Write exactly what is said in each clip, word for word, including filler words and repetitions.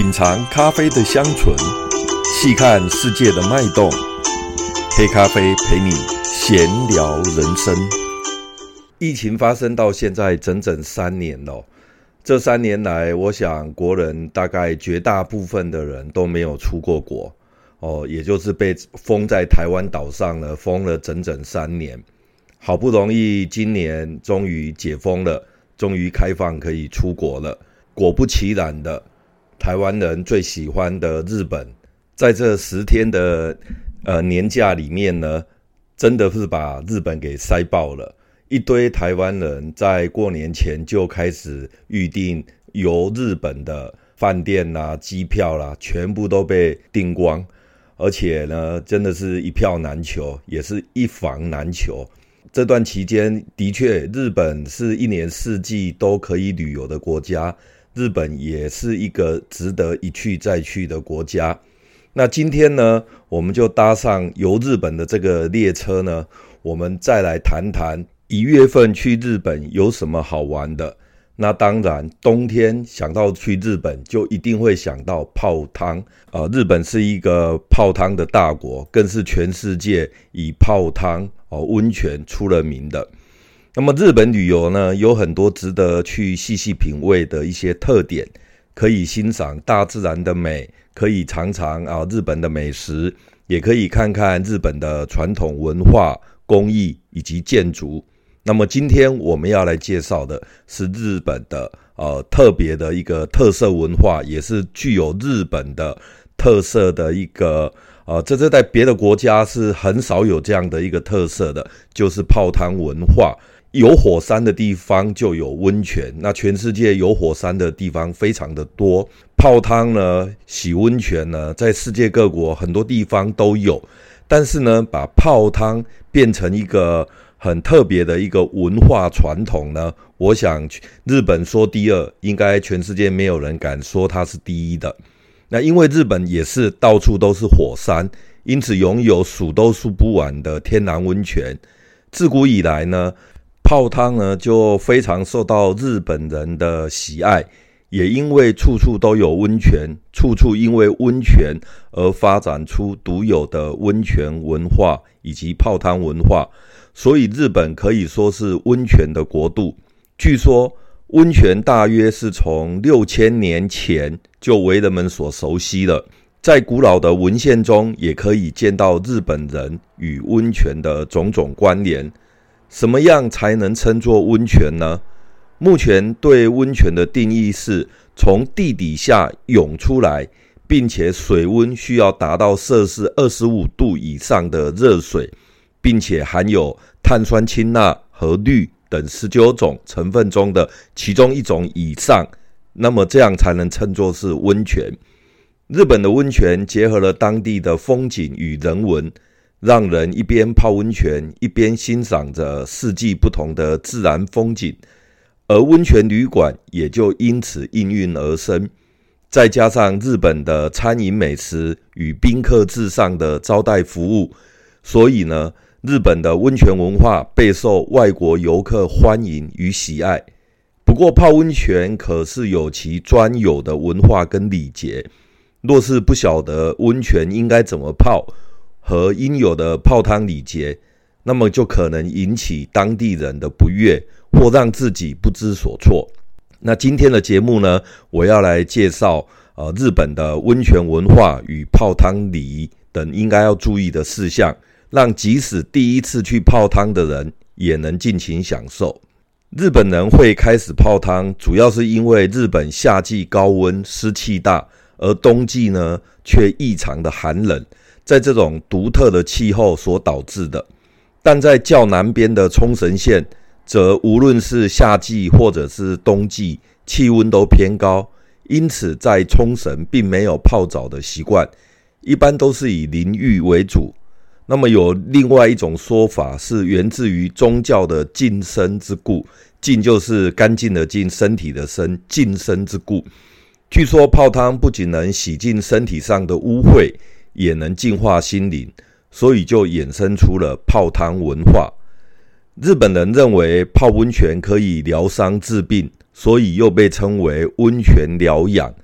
品尝咖啡的香醇，细看世界的脉动，黑咖啡陪你闲聊人生。疫情发生到现在整整三年了，这三年来，我想国人大概绝大部分的人都没有出过国，哦，也就是被封在台湾岛上了，封了整整三年。好不容易今年终于解封了，终于开放可以出国了。果不其然的，台湾人最喜欢的日本，在这十天的呃年假里面呢，真的是把日本给塞爆了。一堆台湾人在过年前就开始预定游日本的饭店啦、机票啦，全部都被订光，而且呢，真的是一票难求，也是一房难求。这段期间的确，日本是一年四季都可以旅游的国家，日本也是一个值得一去再去的国家。那今天呢，我们就搭上游日本的这个列车呢，我们再来谈谈一月份去日本有什么好玩的。那当然，冬天想到去日本，就一定会想到泡汤。呃，日本是一个泡汤的大国，更是全世界以泡汤、哦、温泉出了名的。那么日本旅游呢，有很多值得去细细品味的一些特点，可以欣赏大自然的美，可以尝尝啊日本的美食，也可以看看日本的传统文化、工艺以及建筑。那么今天我们要来介绍的是日本的呃特别的一个特色文化，也是具有日本的特色的一个呃，这是在别的国家是很少有这样的一个特色的，就是泡汤文化。有火山的地方就有温泉，那全世界有火山的地方非常的多。泡汤呢，洗温泉呢，在世界各国很多地方都有，但是呢，把泡汤变成一个很特别的一个文化传统呢，我想日本说第二，应该全世界没有人敢说它是第一的。那因为日本也是到处都是火山，因此拥有数都数不完的天然温泉。自古以来呢，泡汤呢就非常受到日本人的喜爱，也因为处处都有温泉，处处因为温泉而发展出独有的温泉文化以及泡汤文化。所以日本可以说是温泉的国度。据说温泉大约是从六千年前就为人们所熟悉了。在古老的文献中也可以见到日本人与温泉的种种关联。什么样才能称作温泉呢？目前对温泉的定义是从地底下涌出来，并且水温需要达到摄氏二十五度以上的热水，并且含有碳酸氢钠和氯等十九种成分中的其中一种以上，那么这样才能称作是温泉。日本的温泉结合了当地的风景与人文，让人一边泡温泉一边欣赏着四季不同的自然风景，而温泉旅馆也就因此应运而生。再加上日本的餐饮美食与宾客至上的招待服务，所以呢，日本的温泉文化备受外国游客欢迎与喜爱。不过泡温泉可是有其专有的文化跟礼节，若是不晓得温泉应该怎么泡和应有的泡汤礼节，那么就可能引起当地人的不悦，或让自己不知所措。那今天的节目呢，我要来介绍呃日本的温泉文化与泡汤礼仪等应该要注意的事项，让即使第一次去泡汤的人也能尽情享受。日本人会开始泡汤，主要是因为日本夏季高温湿气大，而冬季呢却异常的寒冷，在这种独特的气候所导致的。但在较南边的冲绳县，则无论是夏季或者是冬季，气温都偏高，因此在冲绳并没有泡澡的习惯，一般都是以淋浴为主。那么有另外一种说法是源自于宗教的净身之故，净就是干净的净，身体的身，净身之故。据说泡汤不仅能洗净身体上的污秽，也能净化心灵，所以就衍生出了泡汤文化。日本人认为泡温泉可以疗伤治病，所以又被称为温泉疗养。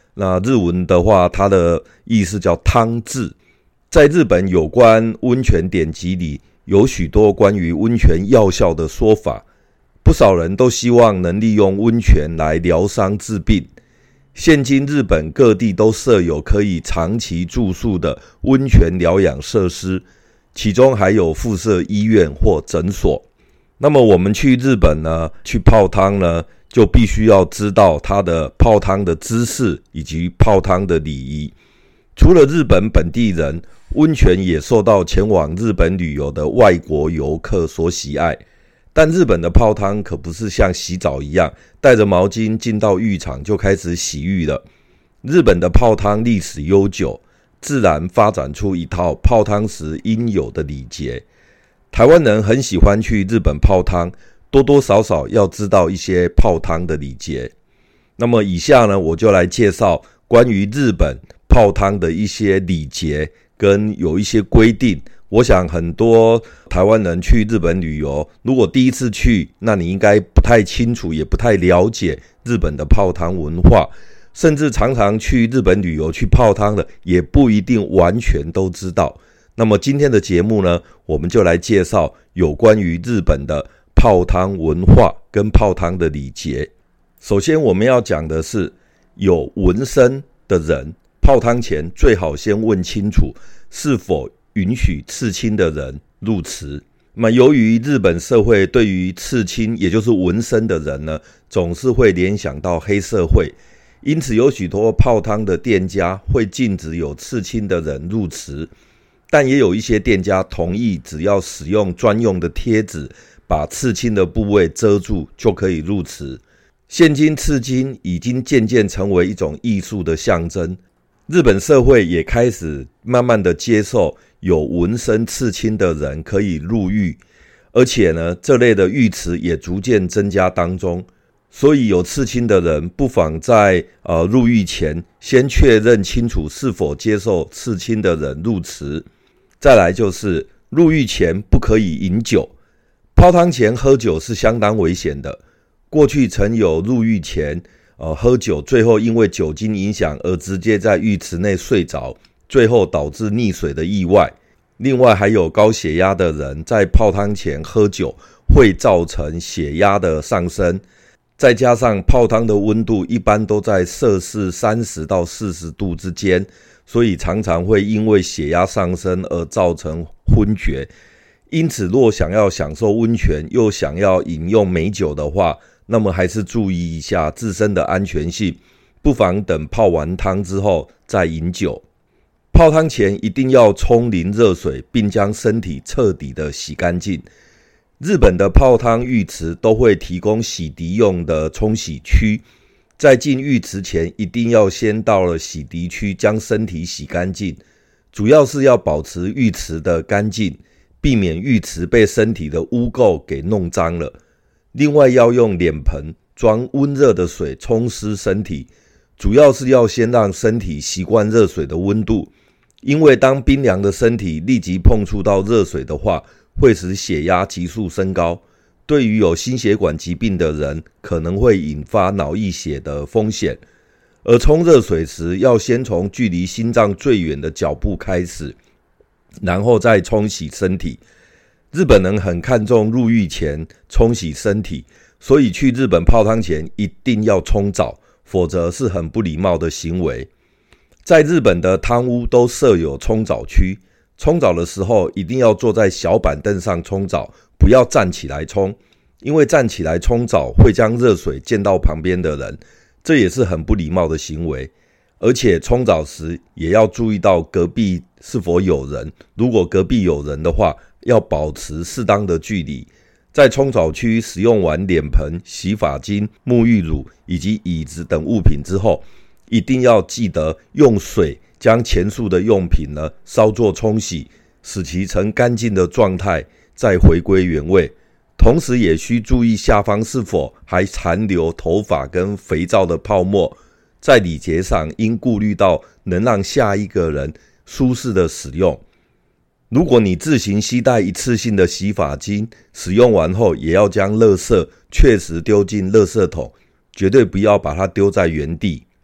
那日文的话，它的意思叫汤治。在日本有关温泉典籍里，有许多关于温泉药效的说法，不少人都希望能利用温泉来疗伤治病。现今日本各地都设有可以长期住宿的温泉疗养设施，其中还有附设医院或诊所。那么我们去日本呢，去泡汤呢，就必须要知道它的泡汤的姿势以及泡汤的礼仪。除了日本本地人，温泉也受到前往日本旅游的外国游客所喜爱。但日本的泡汤可不是像洗澡一样，带着毛巾进到浴场就开始洗浴了。日本的泡汤历史悠久，自然发展出一套泡汤时应有的礼节。台湾人很喜欢去日本泡汤，多多少少要知道一些泡汤的礼节。那么以下呢，我就来介绍关于日本泡汤的一些礼节跟有一些规定。我想很多台湾人去日本旅游，如果第一次去，那你应该不太清楚，也不太了解日本的泡汤文化，甚至常常去日本旅游去泡汤的，也不一定完全都知道。那么今天的节目呢，我们就来介绍有关于日本的泡汤文化跟泡汤的礼节。首先我们要讲的是，有纹身的人泡汤前最好先问清楚是否允许刺青的人入池。那么由于日本社会对于刺青也就是纹身的人呢，总是会联想到黑社会，因此有许多泡汤的店家会禁止有刺青的人入池，但也有一些店家同意只要使用专用的贴纸把刺青的部位遮住就可以入池。现今刺青已经渐渐成为一种艺术的象征，日本社会也开始慢慢的接受有纹身刺青的人可以入狱，而且呢，这类的浴池也逐渐增加当中。所以有刺青的人不妨在呃入狱前先确认清楚是否接受刺青的人入池。再来就是入狱前不可以饮酒，泡汤前喝酒是相当危险的。过去曾有入狱前呃喝酒，最后因为酒精影响而直接在浴池内睡着，最后导致溺水的意外。另外还有高血压的人在泡汤前喝酒会造成血压的上升，再加上泡汤的温度一般都在摄氏三十到四十度之间，所以常常会因为血压上升而造成昏厥。因此若想要享受温泉又想要饮用美酒的话，那么还是注意一下自身的安全性，不妨等泡完汤之后再饮酒。泡汤前一定要冲淋热水，并将身体彻底的洗干净。日本的泡汤浴池都会提供洗涤用的冲洗区，在进浴池前一定要先到了洗涤区将身体洗干净，主要是要保持浴池的干净，避免浴池被身体的污垢给弄脏了。另外要用脸盆装温热的水冲湿身体，主要是要先让身体习惯热水的温度，因为当冰凉的身体立即碰触到热水的话，会使血压急速升高，对于有心血管疾病的人可能会引发脑溢血的风险。而冲热水时要先从距离心脏最远的脚部开始，然后再冲洗身体。日本人很看重入浴前冲洗身体，所以去日本泡汤前一定要冲澡，否则是很不礼貌的行为。在日本的汤屋都设有冲澡区，冲澡的时候一定要坐在小板凳上冲澡，不要站起来冲，因为站起来冲澡会将热水溅到旁边的人，这也是很不礼貌的行为。而且冲澡时也要注意到隔壁是否有人，如果隔壁有人的话，要保持适当的距离。在冲澡区使用完脸盆、洗发精、沐浴乳以及椅子等物品之后，一定要记得用水将前述的用品呢稍作冲洗，使其呈干净的状态，再回归原位。同时也需注意下方是否还残留头发跟肥皂的泡沫，在礼节上应顾虑到能让下一个人舒适的使用。如果你自行携带一次性的洗发精，使用完后也要将垃圾确实丢进垃圾桶，绝对不要把它丢在原地。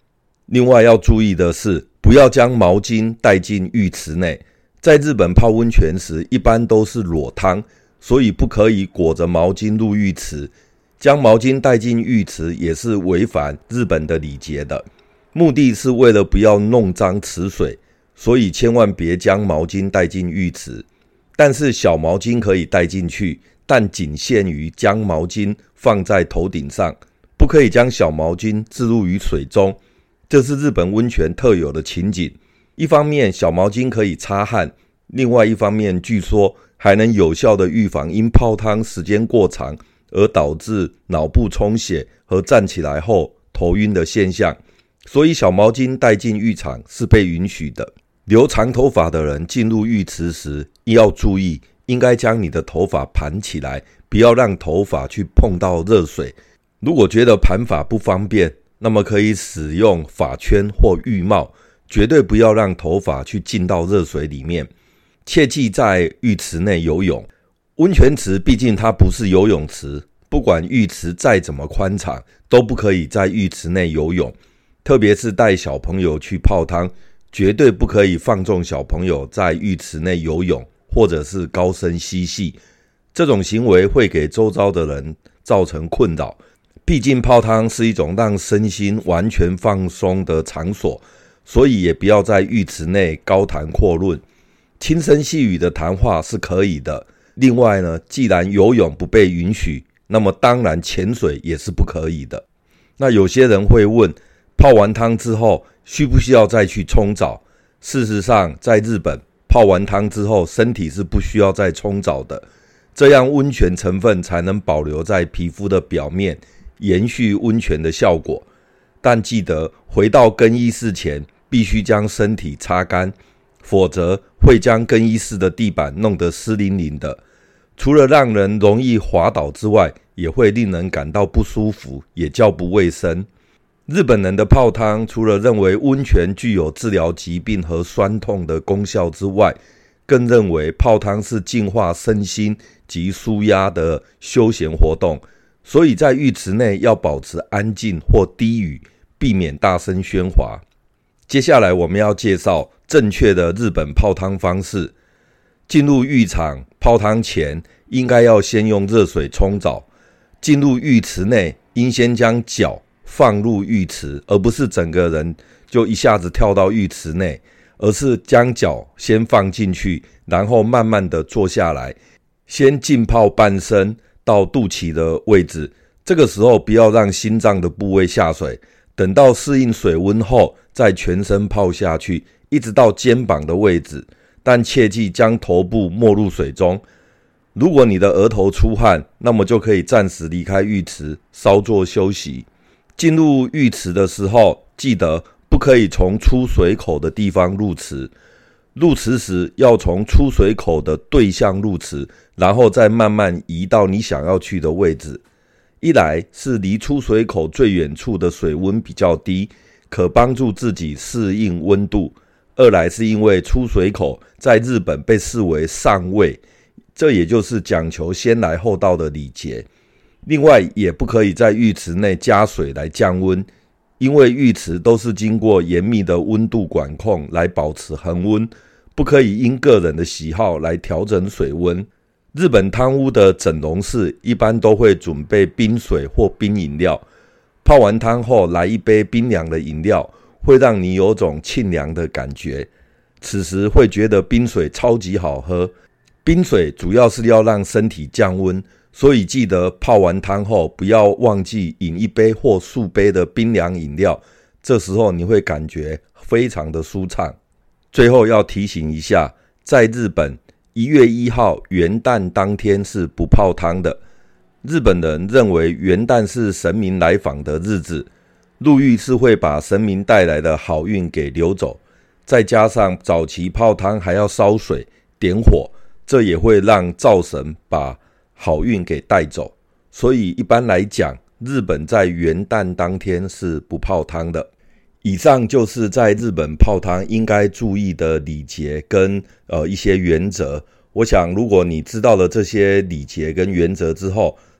另外要注意的是，不要将毛巾带进浴池内。在日本泡温泉时，一般都是裸汤，所以不可以裹着毛巾入浴池。将毛巾带进浴池也是违反日本的礼节的，目的是为了不要弄脏池水，所以千万别将毛巾带进浴池。但是小毛巾可以带进去，但仅限于将毛巾放在头顶上，不可以将小毛巾置入于水中。这是日本温泉特有的情景。一方面小毛巾可以擦汗，另外一方面据说还能有效的预防因泡汤时间过长而导致脑部充血和站起来后头晕的现象，所以小毛巾带进浴场是被允许的。留长头发的人进入浴池时要注意，应该将你的头发盘起来，不要让头发去碰到热水。如果觉得盘发不方便，那么可以使用发圈或浴帽，绝对不要让头发去浸到热水里面。切忌在浴池内游泳。温泉池毕竟它不是游泳池，不管浴池再怎么宽敞，都不可以在浴池内游泳。特别是带小朋友去泡汤，绝对不可以放纵小朋友在浴池内游泳，或者是高声嬉戏。这种行为会给周遭的人造成困扰。毕竟泡汤是一种让身心完全放松的场所，所以也不要在浴池内高谈阔论。轻声细语的谈话是可以的。另外呢，既然游泳不被允许，那么当然潜水也是不可以的。那有些人会问，泡完汤之后需不需要再去冲澡？事实上，在日本泡完汤之后，身体是不需要再冲澡的，这样温泉成分才能保留在皮肤的表面，延续温泉的效果。但记得回到更衣室前必须将身体擦干，否则会将更衣室的地板弄得湿淋淋的。除了让人容易滑倒之外，也会令人感到不舒服，也较不卫生。日本人的泡汤除了认为温泉具有治疗疾病和酸痛的功效之外，更认为泡汤是净化身心及舒压的休闲活动，所以在浴池内要保持安静或低语，避免大声喧哗。接下来我们要介绍正确的日本泡汤方式。进入浴场泡汤前，应该要先用热水冲澡。进入浴池内，应先将脚放入浴池，而不是整个人就一下子跳到浴池内，而是将脚先放进去，然后慢慢的坐下来，先浸泡半身到肚脐的位置。这个时候不要让心脏的部位下水，等到适应水温后再全身泡下去，一直到肩膀的位置，但切记将头部没入水中。如果你的额头出汗，那么就可以暂时离开浴池，稍作休息。进入浴池的时候，记得不可以从出水口的地方入池。入池时要从出水口的对向入池，然后再慢慢移到你想要去的位置。一来是离出水口最远处的水温比较低，可帮助自己适应温度；二来是因为出水口在日本被视为上位，这也就是讲求先来后到的礼节。另外也不可以在浴池内加水来降温，因为浴池都是经过严密的温度管控来保持恒温，不可以因个人的喜好来调整水温。日本汤屋的整容室一般都会准备冰水或冰饮料，泡完汤后来一杯冰凉的饮料，会让你有种沁凉的感觉，此时会觉得冰水超级好喝。冰水主要是要让身体降温，所以记得泡完汤后不要忘记饮一杯或数杯的冰凉饮料，这时候你会感觉非常的舒畅。最后要提醒一下，在日本一月一号元旦当天是不泡汤的。日本人认为元旦是神明来访的日子，入浴是会把神明带来的好运给流走，再加上早期泡汤还要烧水点火，这也会让灶神把好运给带走，所以一般来讲，日本在元旦当天是不泡汤的。以上就是在日本泡汤应该注意的礼节跟呃一些原则。我想如果你知道了这些礼节跟原则之后，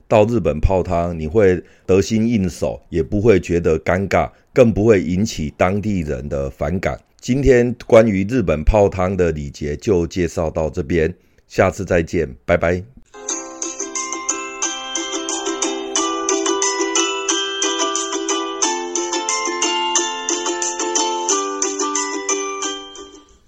到日本泡汤，你会得心应手，也不会觉得尴尬，更不会引起当地人的反感。今天关于日本泡汤的礼节就介绍到这边，下次再见，拜拜。